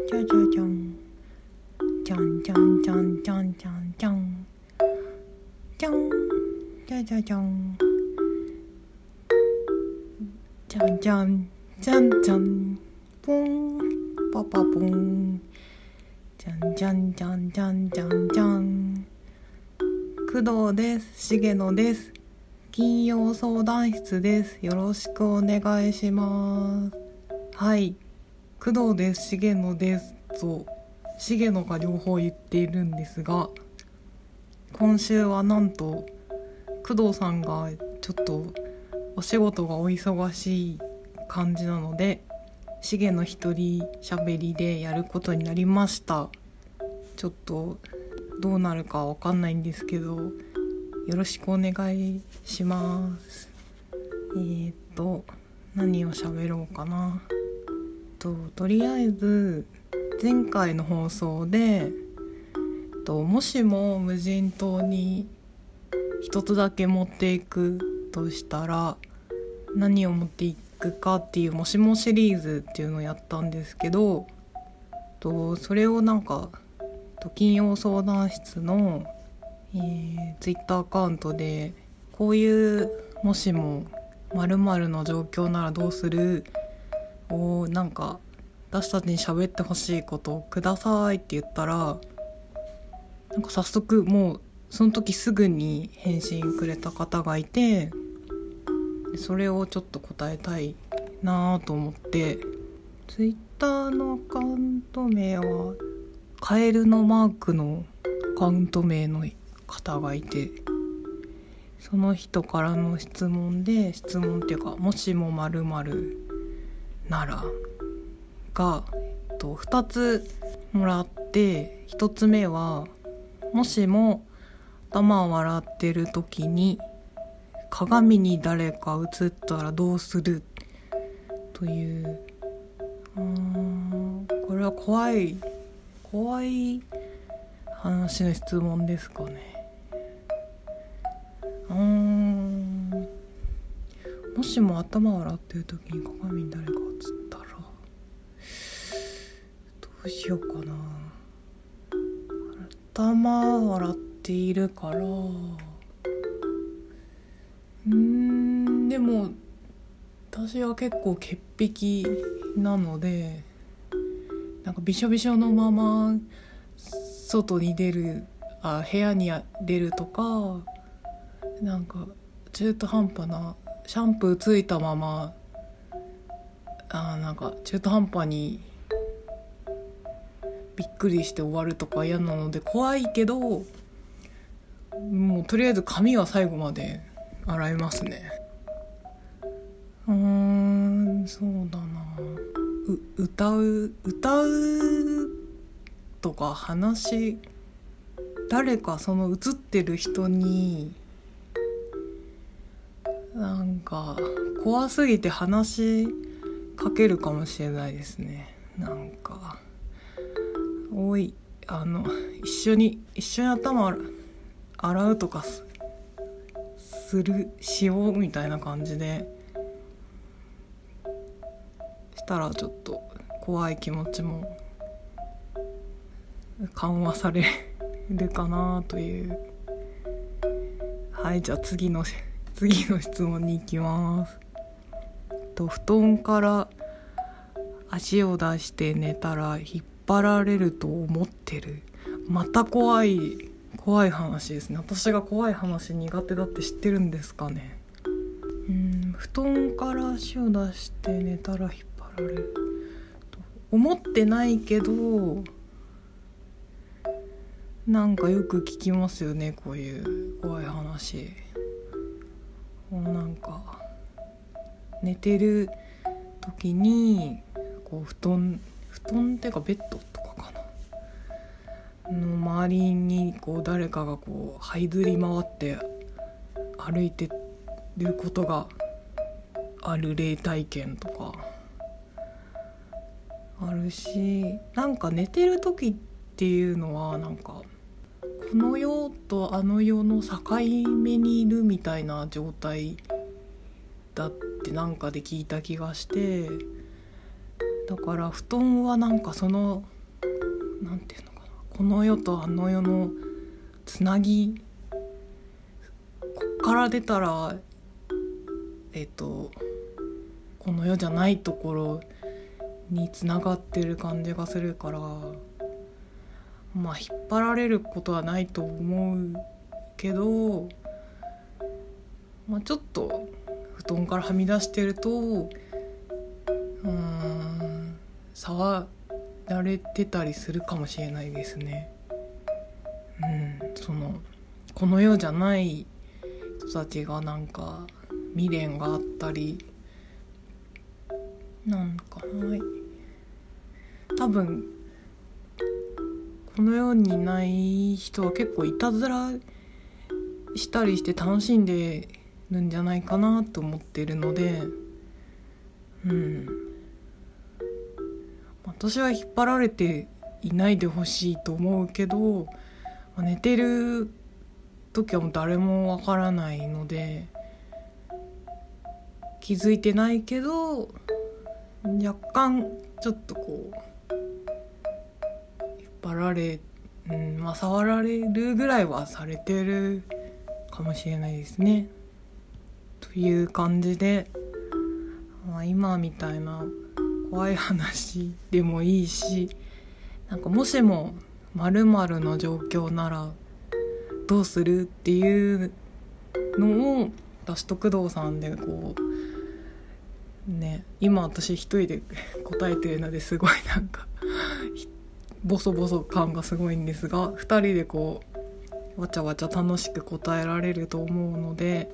じゃじゃじゃんじゃんじゃんじゃんじゃんじゃんじゃんじゃんじゃじゃじゃんじゃんじゃんじゃんじゃんポンパパポンじゃんじゃんじゃんじゃんじゃんじゃん工藤です。重野です。金曜相談室です。よろしくお願いします。はい、工藤です。重野ですと重野が両方言っているんですが、今週はなんと工藤さんがちょっとお仕事がお忙しい感じなので、重野一人喋りでやることになりました。ちょっとどうなるかわかんないんですけど、よろしくお願いします。何を喋ろうかな。とりあえず前回の放送でもしも無人島に一つだけ持っていくとしたら何を持っていくかっていうもしもシリーズっていうのをやったんですけど、それをなんか金曜相談室の、ツイッターアカウントでこういうもしも〇〇の状況ならどうするをなんか私たちに喋ってほしいことをくださいって言ったら、なんか早速もうその時すぐに返信くれた方がいて、それをちょっと答えたいなと思って、ツイッターのアカウント名はカエルのマークのアカウント名の方がいて、その人からの質問っていうか、もしも〇〇ならが、2つもらって、1つ目はもしも頭を洗ってる時に鏡に誰か映ったらどうするという、これは怖い話の質問ですかね。もしも頭を洗ってる時に鏡に誰か映ったらどうしようかな。頭を洗っているから、でも私は結構潔癖なので、なんかびしょびしょのまま外に出る、部屋に出るとか、なんか中途半端なシャンプーついたままなんか中途半端にびっくりして終わるとか嫌なので怖いけど、もうとりあえず髪は最後まで洗いますね。そうだな、歌うとか誰かその映ってる人になんか怖すぎて話しかけるかもしれないですね。なんか一緒に頭洗うとかしようみたいな感じでしたら、ちょっと怖い気持ちも緩和されるかなという。はい、じゃあ次の質問に行きます。布団から足を出して寝たら引っ張られると思ってる。また怖い話ですね。私が怖い話苦手だって知ってるんですかね。布団から足を出して寝たら引っ張られると思ってないけど、なんかよく聞きますよね、こういう怖い話。なんか寝てる時にこう布団っていうかベッドとかかなの周りにこう誰かがこう這いずり回って歩いてることがある霊体験とかあるし、なんか寝てる時っていうのはなんかこの世とあの世の境目にいるみたいな状態だってなんかで聞いた気がして、だから布団はなんかそのなんていうのかな、この世とあの世のつなぎ、こっから出たらこの世じゃないところにつながってる感じがするから、まあ引っ張られることはないと思うけど、まあ、ちょっと布団からはみ出してると触られてたりするかもしれないですね。この世じゃない人たちがなんか未練があったり、なんかない多分この世にない人は結構いたずらしたりして楽しんでるんじゃないかなと思ってるので、私は引っ張られていないでほしいと思うけど、寝てる時はもう誰もわからないので気づいてないけど、若干ちょっとこう引っ張られ、触られるぐらいはされてるかもしれないですね。という感じで、今みたいな怖い話でもいいし、なんかもしも〇〇の状況ならどうするっていうのを私と工藤さんでこうね、今私一人で答えてるのですごいなんかボソボソ感がすごいんですが、二人でこうわちゃわちゃ楽しく答えられると思うので、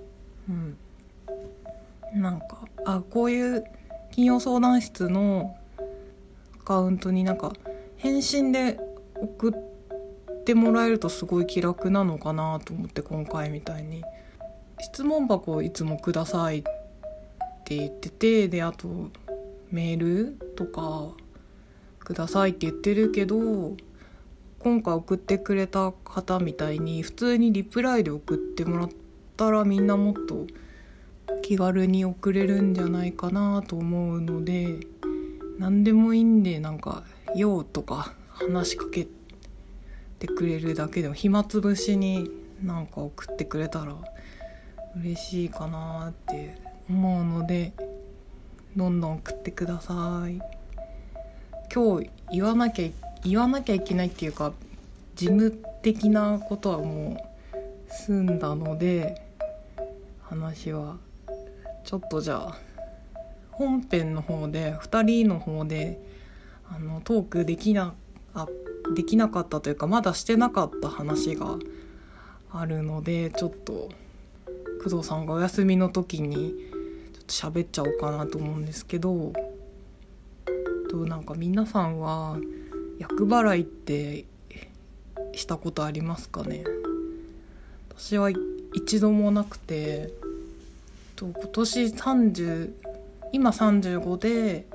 なんかこういう金曜相談室のアカウントになんか返信で送ってもらえるとすごい気楽なのかなと思って、今回みたいに質問箱をいつもくださいって言ってて、であとメールとかくださいって言ってるけど、今回送ってくれた方みたいに普通にリプライで送ってもらったらみんなもっと気軽に送れるんじゃないかなと思うので、何でもいいんでなんかようとか話しかけてくれるだけでも暇つぶしになんか送ってくれたら嬉しいかなって思うので、どんどん送ってください。今日言わなきゃいけないっていうか事務的なことはもう済んだので、話はちょっとじゃあ本編の方で2人の方でトークできなかったというかまだしてなかった話があるので、ちょっと工藤さんがお休みの時にちょっと喋っちゃおうかなと思うんですけど、なんか皆さんは厄払いってしたことありますかね。私は一度もなくて、今年今35で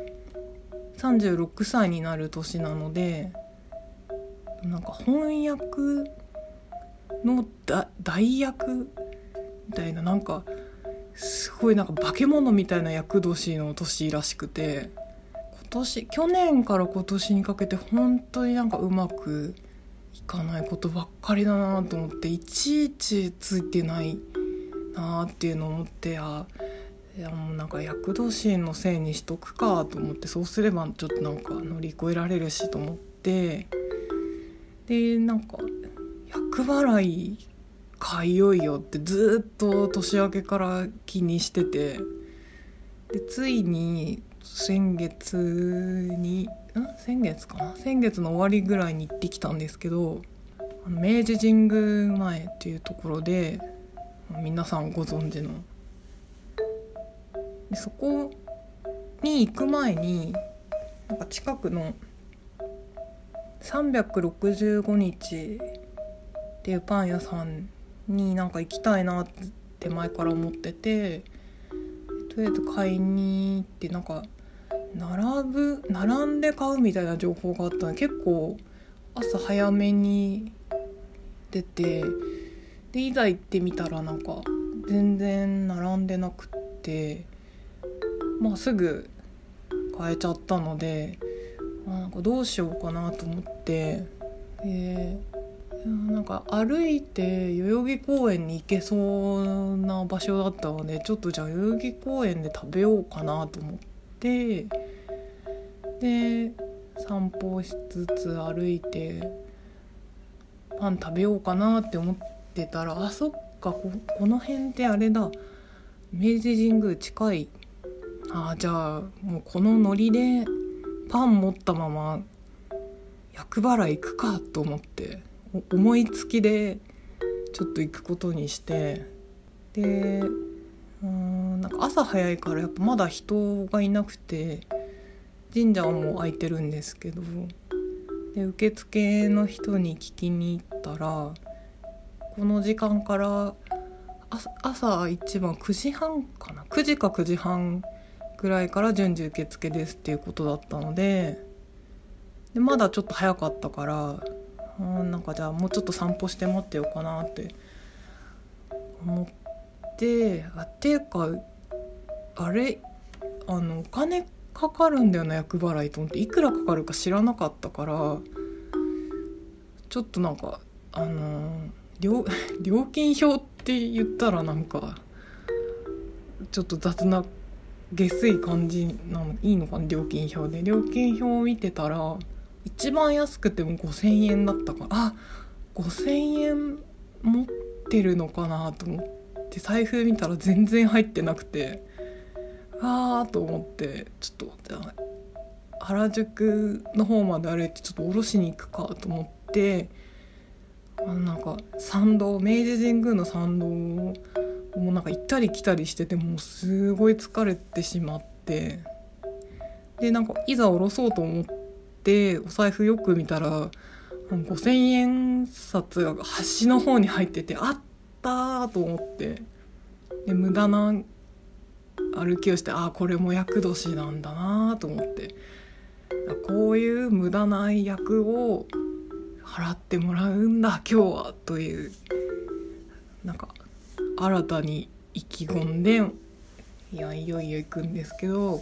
36歳になる年なので、なんか翻訳の代役みたいな、なんかすごいなんか化け物みたいな厄年の年らしくて、去年から今年にかけて本当になんかうまくいかないことばっかりだなと思って、いちいちついてないなっていうのを思って、いやもうなんか厄年のせいにしとくかと思って、そうすればちょっとなんか乗り越えられるしと思って、でなんか厄払いかいよいよってずっと年明けから気にしてて、でついに先月の終わりぐらいに行ってきたんですけど、明治神宮前っていうところで、皆さんご存知ので、そこに行く前になんか近くの365日っていうパン屋さんになんか行きたいなって前から思ってて、とりあえず買いに行って、なんか並んで買うみたいな情報があったので、結構朝早めに出て、でいざ行ってみたらなんか全然並んでなくって、すぐ買えちゃったので、 なんかどうしようかなと思って、なんか歩いて代々木公園に行けそうな場所だったので、ちょっとじゃあ代々木公園で食べようかなと思って、で散歩しつつ歩いてパン食べようかなって思ってたら、あ、そっか、この辺ってあれだ、明治神宮近い、じゃあもうこのノリでパン持ったまま厄払い行くかと思って、思いつきでちょっと行くことにして、でなんか朝早いからやっぱまだ人がいなくて、神社はもう開いてるんですけど、で受付の人に聞きに行ったら、この時間から朝一番9時半かな、9時か9時半ぐらいから順次受付ですっていうことだったので、まだちょっと早かったから、なんかじゃあもうちょっと散歩して待ってようかなって思って、っていうかあれ、お金かかるんだよな厄払いと思って、いくらかかるか知らなかったから、ちょっとなんか料金表って言ったらなんかちょっと雑な下水感じいいのかな、料金表で。料金表を見てたら一番安くても5000円だったから、5000円持ってるのかなと思って財布見たら全然入ってなくて、と思って、ちょっとじゃあ原宿の方まで歩いてちょっと下ろしに行くかと思って、なんか参道、明治神宮の参道をもうなんか行ったり来たりしてて、もうすごい疲れてしまって、でなんかいざ下ろそうと思ってお財布よく見たら5000円札が端の方に入ってて、あったと思って、で無駄な歩きをして、これも厄年なんだなと思って、こういう無駄な厄を払ってもらうんだ今日はという、なんか新たに意気込んで、いよいよ行くんですけど、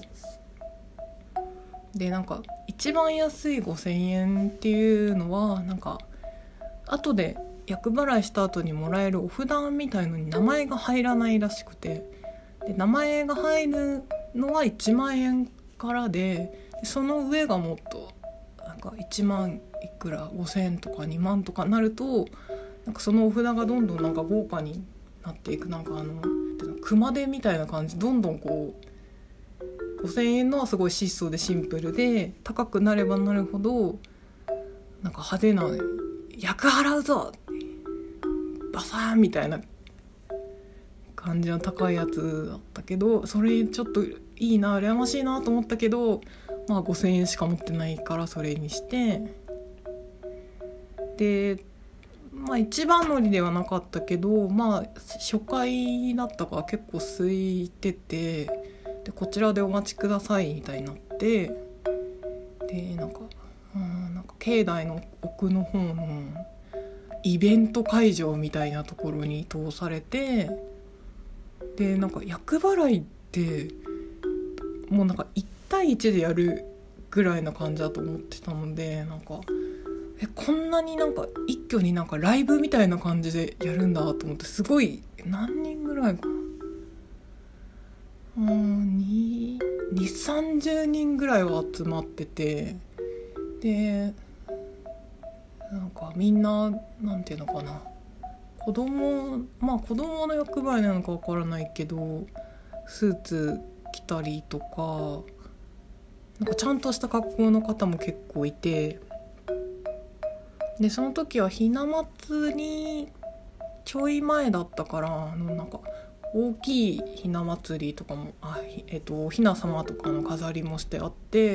でなんか一番安い5000円っていうのはなんか後で厄払いした後にもらえるお札みたいのに名前が入らないらしくて、で名前が入るのは1万円からで、その上がもっとなんか1万いくら5000円とか2万とかなると、なんかそのお札がどんどんなんか豪華になっていく、なんか熊手みたいな感じ、どんどんこう5000円のはすごい質素でシンプルで、高くなればなるほどなんか派手な厄払うぞバサーンみたいな感じの高いやつだったけど、それちょっといいな、羨ましいなと思ったけど、5000円しか持ってないからそれにして、で一番乗りではなかったけど、初回だったから結構空いてて、でこちらでお待ちくださいみたいになって、でなんか境内の奥の方のイベント会場みたいなところに通されて、でなんか厄払いってもうなんか1対1でやるぐらいな感じだと思ってたので、なんかこんなになんか一挙になんかライブみたいな感じでやるんだと思って、すごい何人ぐらいかな、2,30 人ぐらいは集まってて、でなんかみんななんていうのかな、子供の役割なのかわからないけどスーツ着たりとか、なんかちゃんとした格好の方も結構いて、でその時はひな祭りちょい前だったから、なんか大きいひな祭りとかもおひな様とかの飾りもしてあって、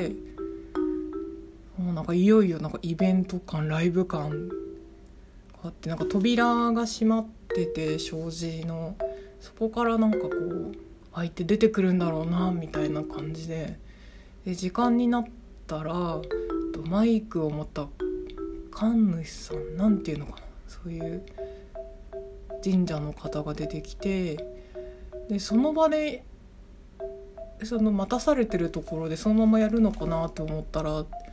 もうなんかいよいよなんかイベント感、ライブ感があって、なんか扉が閉まってて障子の、そこからなんかこう開いて出てくるんだろうなみたいな感じで、時間になったらマイクを持った神主さん、なんていうのかな、そういう神社の方が出てきて、でその場で待たされてるところでそのままやるのかなと思ったら、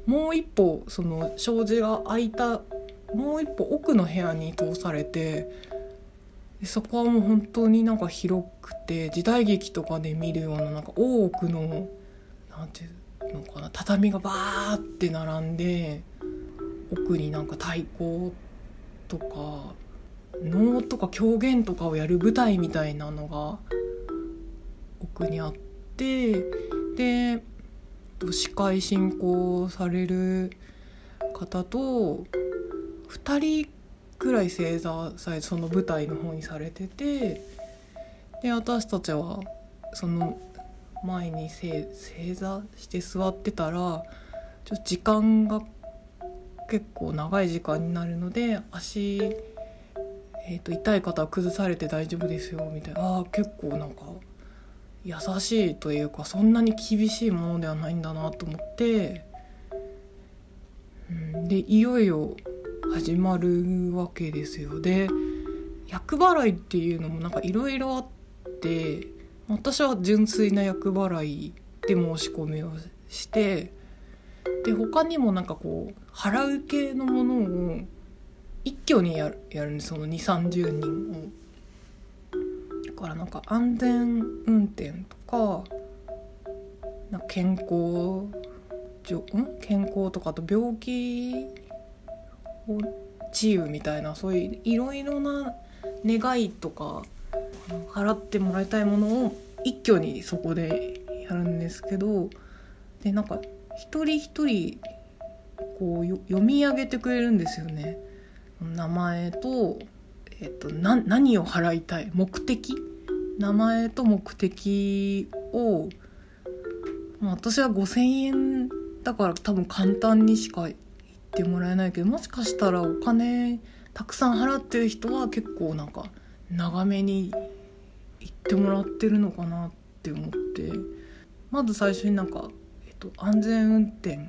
もう一歩その障子が開いたもう一歩奥の部屋に通されて、でそこはもう本当になんか広くて、時代劇とかで見るようななんか大奥のなんていうのかな、畳がバーって並んで、奥になんか太鼓とか能とか狂言とかをやる舞台みたいなのが奥にあって、で司会進行される方と2人くらい正座されて、その舞台の方にされてて、で私たちはその前に正座して座ってたら、ちょっと時間が結構長い時間になるので、足、痛い方は崩されて大丈夫ですよみたいな、結構なんか優しいというか、そんなに厳しいものではないんだなと思って、でいよいよ始まるわけですよ。で厄払いっていうのもなんかいろいろあって、私は純粋な厄払いで申し込みをして、で他にもなんかこう払う系のものを一挙にやるんです、その 2,30 人を。だからなんか安全運転とか、なんか健康とか、あと病気を治癒みたいな、そういういろいろな願いとか払ってもらいたいものを一挙にそこでやるんですけど、でなんか一人一人こう読み上げてくれるんですよね。名前と、何を払いたい目的、名前と目的を、私は5,000円だから多分簡単にしか言ってもらえないけど、もしかしたらお金たくさん払ってる人は結構なんか長めに言ってもらってるのかなって思って、まず最初になんか、安全運転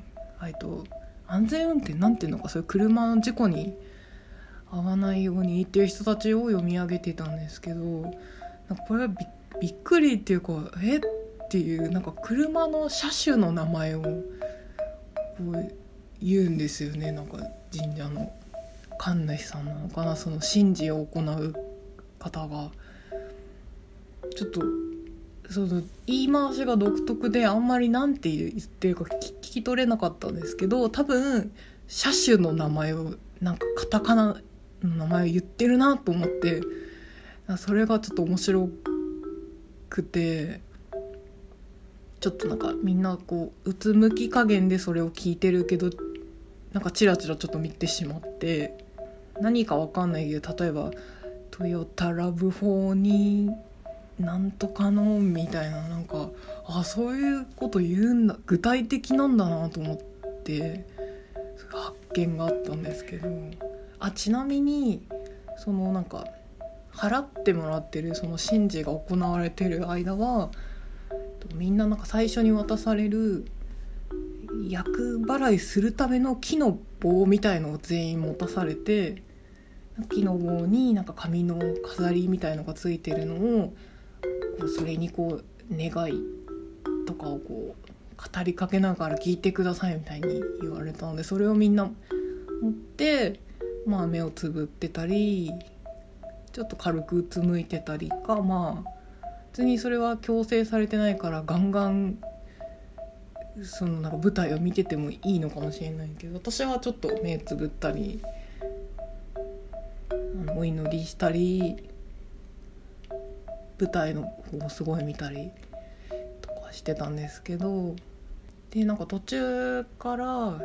なんていうのか、そういう車の事故に合わないようにっていう人たちを読み上げてたんですけど、なんかこれはびっくりっていうか、っていう、なんか車の車種の名前をこう言うんですよね。なんか神社の神主さんなのかな、その神事を行う方がちょっとその言い回しが独特で、あんまりなんて言ってるか聞き取れなかったんですけど、多分車種の名前をなんかカタカナの名前を言ってるなと思って、それがちょっと面白くて、ちょっとなんかみんなこううつむき加減でそれを聞いてるけど、なんかチラチラちょっと見てしまって、何かわかんないけど、例えばトヨタラブ4になんとかのみたいな、なんかそういうこと言うんだ、具体的なんだなと思って、発見があったんですけど、ちなみにそのなんか払ってもらってるその神事が行われてる間は、みんななんか最初に渡される厄払いするための木の棒みたいのを全員持たされて、木の棒になんか紙の飾りみたいのがついてるのをこう、それにこう願いとかをこう語りかけながら聞いてくださいみたいに言われたので、それをみんな持って、目をつぶってたりちょっと軽くうつむいてたりか、別にそれは強制されてないからガンガンそのなんか舞台を見ててもいいのかもしれないけど、私はちょっと目つぶったりお祈りしたり舞台の方をすごい見たりとかしてたんですけど、でなんか途中からなんか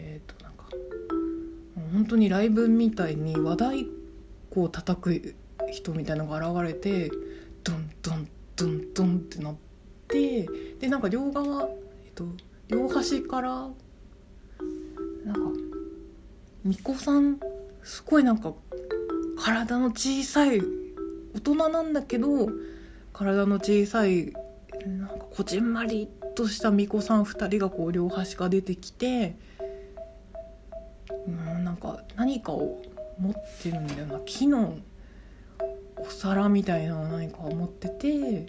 本当にライブみたいに和太鼓を叩く人みたいなのが現れて、ドンドンドンドンってなって、でなんか両側、両端からなんか巫女さん、すごいなんか体の小さい、大人なんだけど体の小さい、なんかこじんまりとした巫女さん2人がこう両端から出てきて、なんか何かを持ってるんだよな、木のお皿みたいなのを何かを持ってて、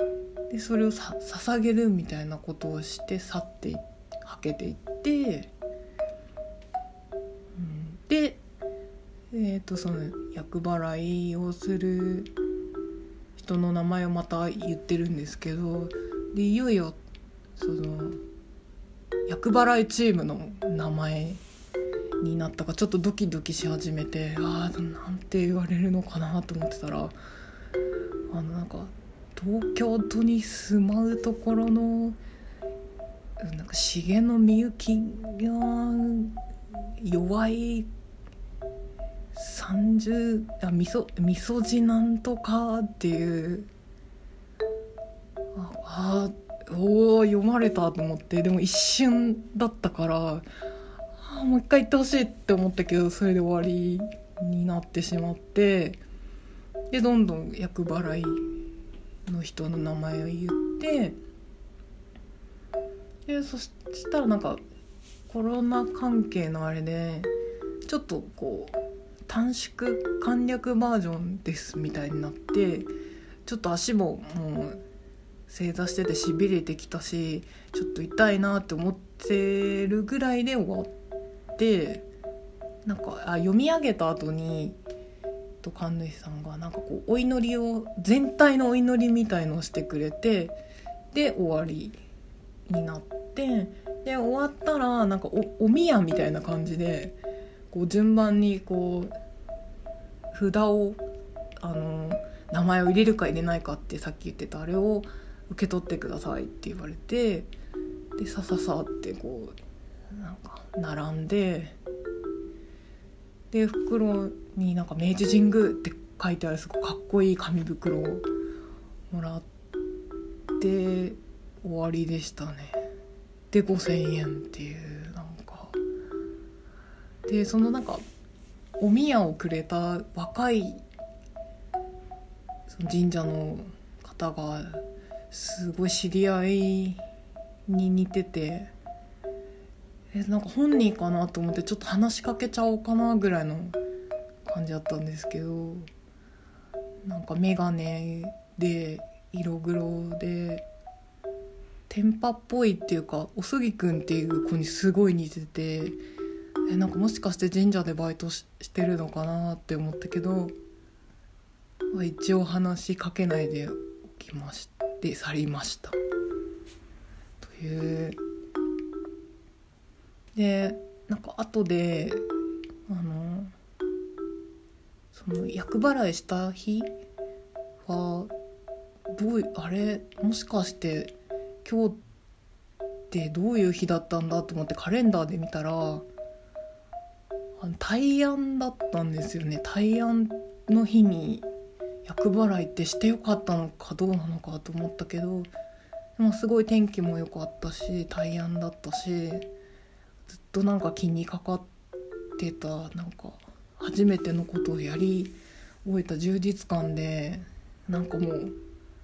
でそれを捧げるみたいなことをして去ってはけていって、 その厄払いをする人の名前をまた言ってるんですけど、でいよいよその厄払いチームの名前になったかちょっとドキドキし始めて、なんて言われるのかなと思ってたら、なんか東京都に住まうところのなんか重野みゆきが弱いみそじなんとかっていう、読まれたと思って、でも一瞬だったからもう一回言ってほしいって思ったけど、それで終わりになってしまって、でどんどん厄払いの人の名前を言って、でそしたらなんかコロナ関係のあれでちょっとこう短縮簡略バージョンですみたいになって、ちょっと足ももう正座しててしびれてきたし、ちょっと痛いなって思ってるぐらいで終わって、なんか読み上げた後に神主さんがなんかこうお祈りを、全体のお祈りみたいのをしてくれて、で終わりになって、で終わったらなんか お宮みたいな感じでこう順番にこう札を名前を入れるか入れないかってさっき言ってたあれを受け取ってくださいって言われて、でさってこうなんか並んで、で袋になんか明治神宮って書いてあるすごいかっこいい紙袋をもらって終わりでしたね。で5000円っていう、なんかでそのなんかお宮をくれた若いその神社の方がすごい知り合いに似てて、なんか本人かなと思ってちょっと話しかけちゃおうかなぐらいの感じだったんですけど、なんか眼鏡で色黒で天パっぽいっていうか、おすぎくんっていう子にすごい似てて、なんかもしかして神社でバイトしてるのかなって思ったけど、一応話しかけないでおきまして去りましたという。でなんか後でその厄払いした日はあれもしかして今日ってどういう日だったんだと思ってカレンダーで見たら大安だったんですよね。大安の日に厄払いってしてよかったのかどうなのかと思ったけど、でもすごい天気も良かったし大安だったし、ずっとなんか気にかかってた、なんか初めてのことをやり終えた充実感で、なんかもう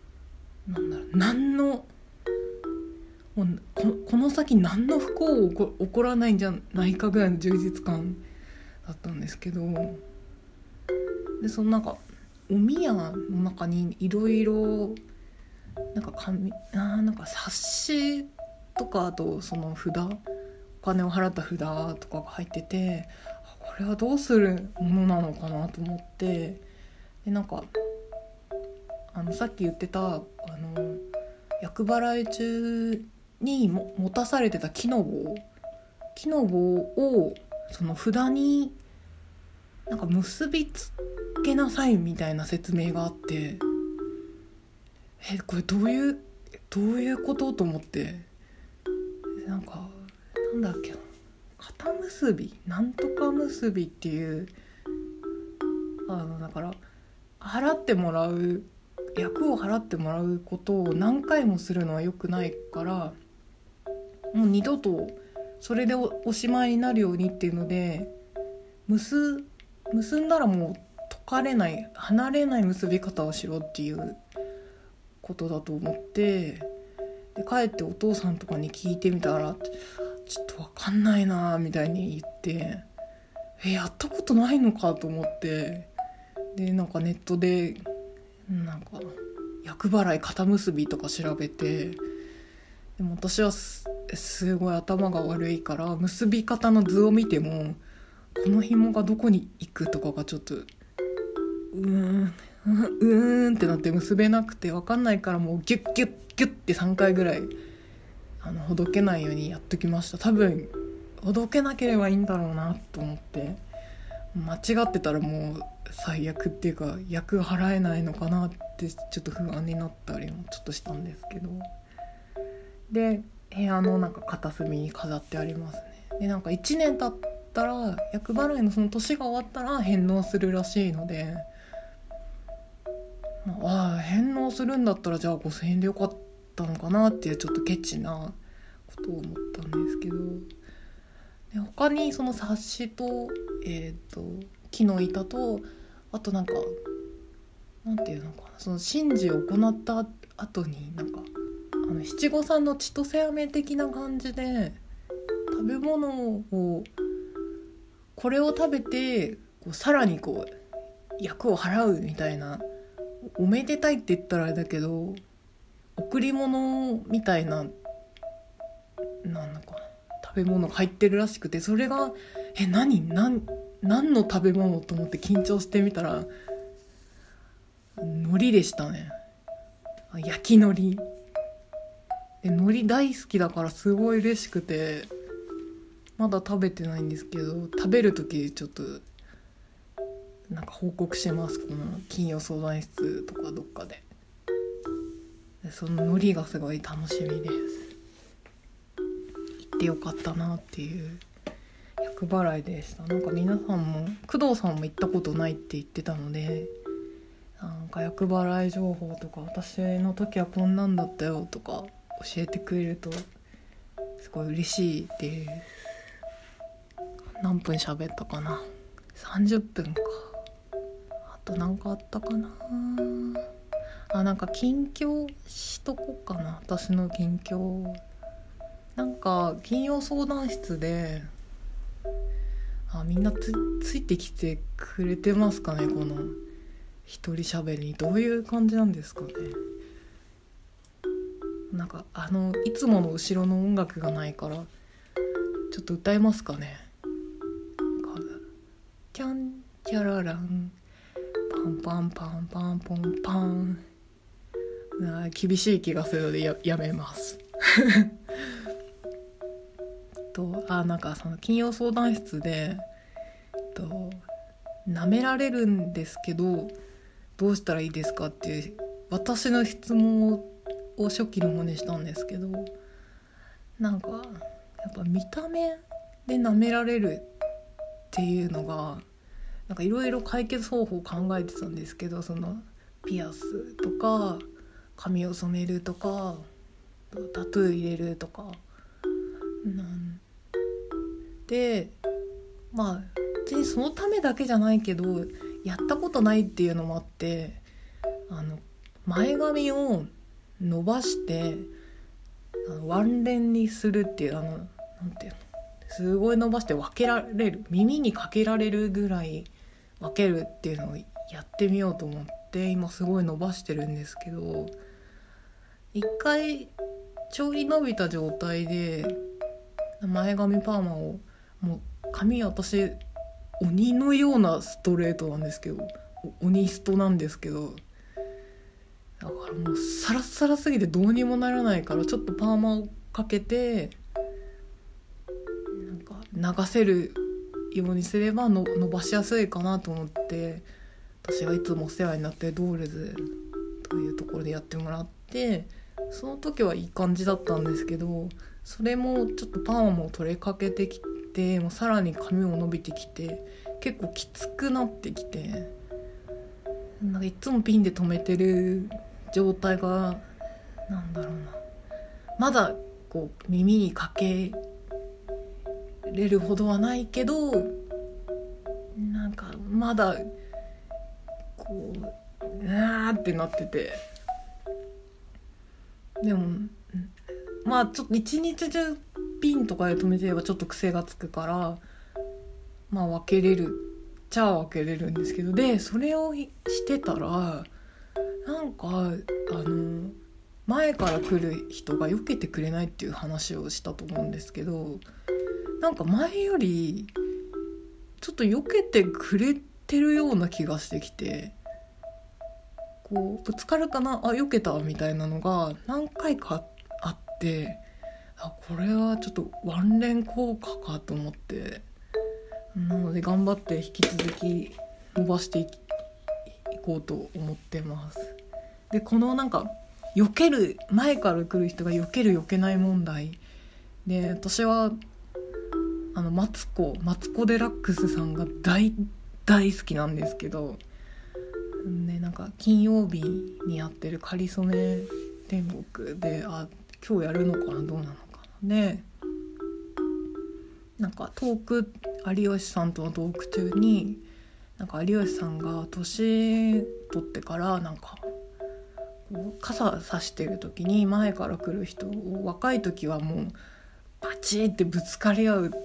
もうこの先何の不幸起こらないんじゃないかぐらいの充実感だったんですけど、でそのなんかお宮の中にいろいろなんか冊子とか、あとその札、お金を払った札とかが入ってて、これはどうするものなのかなと思って、でなんかさっき言ってた厄払い中に持たされてた木の棒をその札になんか結びつけなさいみたいな説明があって、これどういうことと思って、なんだっけな、肩結びなんとか結びっていう、だから役を払ってもらうことを何回もするのは良くないから、もう二度とそれで おしまいになるようにっていうので、結んだらもう解かれない、離れない結び方をしろっていうことだと思って、で帰ってお父さんとかに聞いてみたら、ちょっと分かんないなみたいに言って、やったことないのかと思って、でなんかネットでなんか厄払い肩結びとか調べて、でも私はすごい頭が悪いから、結び方の図を見てもこの紐がどこに行くとかがちょっとってなって結べなくて分かんないから、もうギュッギュッギュッって3回ぐらいほどけないようにやっときました。多分ほどけなければいいんだろうなと思って、間違ってたらもう最悪っていうか役払えないのかなってちょっと不安になったりもちょっとしたんですけど、で部屋のなんか片隅に飾ってありますね。でなんか1年経ったら厄払いのその年が終わったら返納するらしいので、返納するんだったらじゃあ5000円でよかったのかなっていうちょっとケチなことを思ったんですけど、で他にその冊子と、木の板と、あとなんていうのかな、その神事を行った後になんか七五三の千歳飴的な感じで食べ物をこれを食べてさらに厄を払うみたいな、おめでたいって言ったらあれだけど贈り物みたいななんだか食べ物が入ってるらしくて、それが何の食べ物と思って緊張してみたら海苔でしたね。焼き海苔で、海苔大好きだからすごい嬉しくて、まだ食べてないんですけど、食べる時ちょっとなんか報告します、この金曜相談室とかどっかで。その海苔がすごい楽しみです。行ってよかったなっていう厄払いでした。なんか皆さんも工藤さんも行ったことないって言ってたので、なんか厄払い情報とか私の時はこんなんだったよとか教えてくれるとすごい嬉しいです。何分喋ったかな、30分か。あとなんかあったかな、なんか近況しとこうかな。私の近況、なんか金曜相談室でみんな ついてきてくれてますかね。この一人喋りにどういう感じなんですかね。なんかいつもの後ろの音楽がないからちょっと歌えますかね。キャンキャラランパンパンパンパンポンパン、厳しい気がするので やめますなんかその金曜相談室で舐められるんですけどどうしたらいいですかっていう私の質問を初期の方にしたんですけど、なんかやっぱ見た目で舐められるっていうのがなんかいろいろ解決方法を考えてたんですけど、そのピアスとか髪を染めるとかタトゥー入れるとかで、別にそのためだけじゃないけどやったことないっていうのもあって、前髪を伸ばしてワンレンにするっていうなんていうの、すごい伸ばして分けられる、耳にかけられるぐらい分けるっていうのをやってみようと思って今すごい伸ばしてるんですけど、一回ちょい伸びた状態で前髪パーマをもう髪私鬼のようなストレートなんですけど、鬼ストなんですけど、だからもうサラッサラすぎてどうにもならないからちょっとパーマをかけてなんか流せるようにすれば伸ばしやすいかなと思って、私がいつもお世話になってるドールズというところでやってもらって、その時はいい感じだったんですけど、それもちょっとパーマも取れかけてきて、もうさらに髪も伸びてきて結構きつくなってきて、なんかいつもピンで留めてる状態がなんだろうな、まだ耳にかけれるほどはないけど、なんかまだうわーってなってて、でもちょっと一日中ピンとかで留めてればちょっと癖がつくから分けれるっちゃ分けれるんですけど、でそれをしてたらなんか前から来る人が避けてくれないっていう話をしたと思うんですけど、なんか前よりちょっと避けてくれてるような気がしてきて、こうぶつかるかな、避けたみたいなのが何回かあって、これはちょっとワンレン効果かと思って、なので頑張って引き続き伸ばしていこうと思ってます。でこのなんか避ける、前から来る人が避ける避けない問題で、私はマツコ・デラックスさんが大好きなんですけど、ね、なんか金曜日にやってるかりそめ天国で、今日やるのかな、どうなのかな。でなんかトーク、有吉さんとのトーク中に、なんか有吉さんが年取ってからなんかこう傘差してる時に前から来る人を、若い時はもうバチーってぶつかり合うって、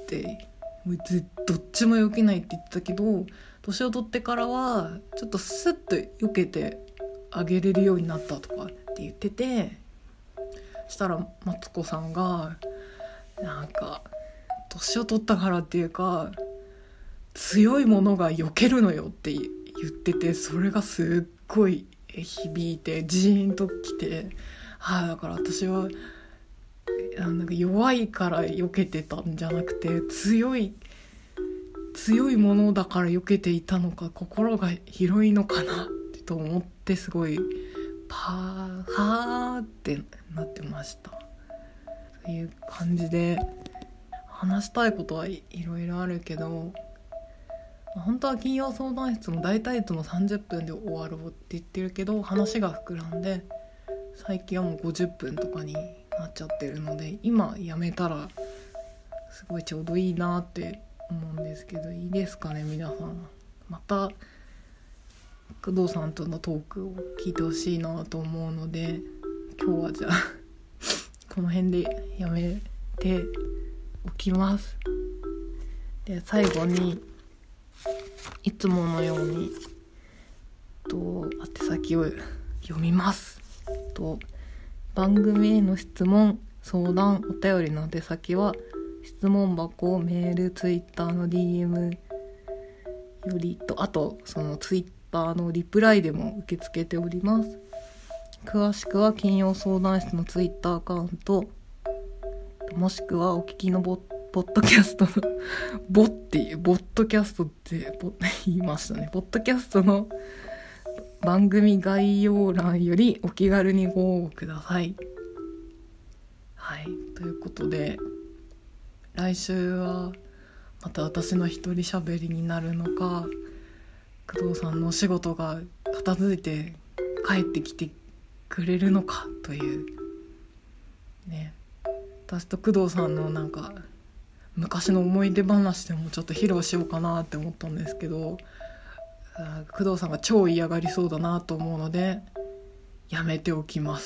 もうどっちも避けないって言ってたけど、年を取ってからはちょっとスッと避けてあげれるようになったとかって言ってて、したらマツコさんがなんか年を取ったからっていうか、強いものが避けるのよって言ってて、それがすっごい響いてジーンときて、だから私はなんか弱いから避けてたんじゃなくて、強いものだから避けていたのか、心が広いのかなと思って、すごいはーってなってました。という感じで、話したいことはいろいろあるけど、本当は金曜相談室も大体いつも30分で終わろうって言ってるけど、話が膨らんで最近はもう50分とかになっちゃってるので、今やめたらすごいちょうどいいなって思うんですけど、いいですかね皆さん。また工藤さんとのトークを聞いてほしいなと思うので、今日はじゃあこの辺でやめておきます。で最後にいつものように宛先を読みます。番組への質問、相談、お便りの宛先は質問箱、メール、ツイッターの DM よりと、あとそのツイッターのリプライでも受け付けております。詳しくは金曜相談室のツイッターアカウント、もしくはお聞きのポッドキャストのポッドキャストって言いましたね。ポッドキャストの番組概要欄よりお気軽にご応募ください。はい、ということで来週はまた私の一人喋りになるのか、工藤さんのお仕事が片付いて帰ってきてくれるのかというね、私と工藤さんのなんか昔の思い出話でもちょっと披露しようかなって思ったんですけど、工藤さんが超嫌がりそうだなと思うのでやめておきます。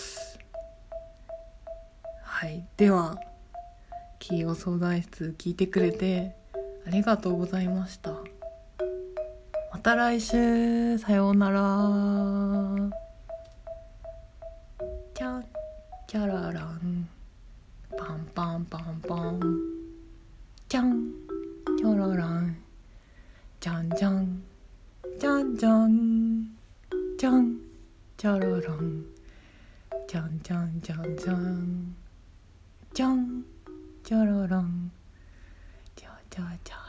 はい、では金曜相談室聞いてくれてありがとうございました。また来週、さようなら。チャンチャラランパンパンパンパン、チャンチャララン、チャンチャンチャンチャンチャンチャララン、チャンチャンチャンチャンチャンチャララン、チャチャチャ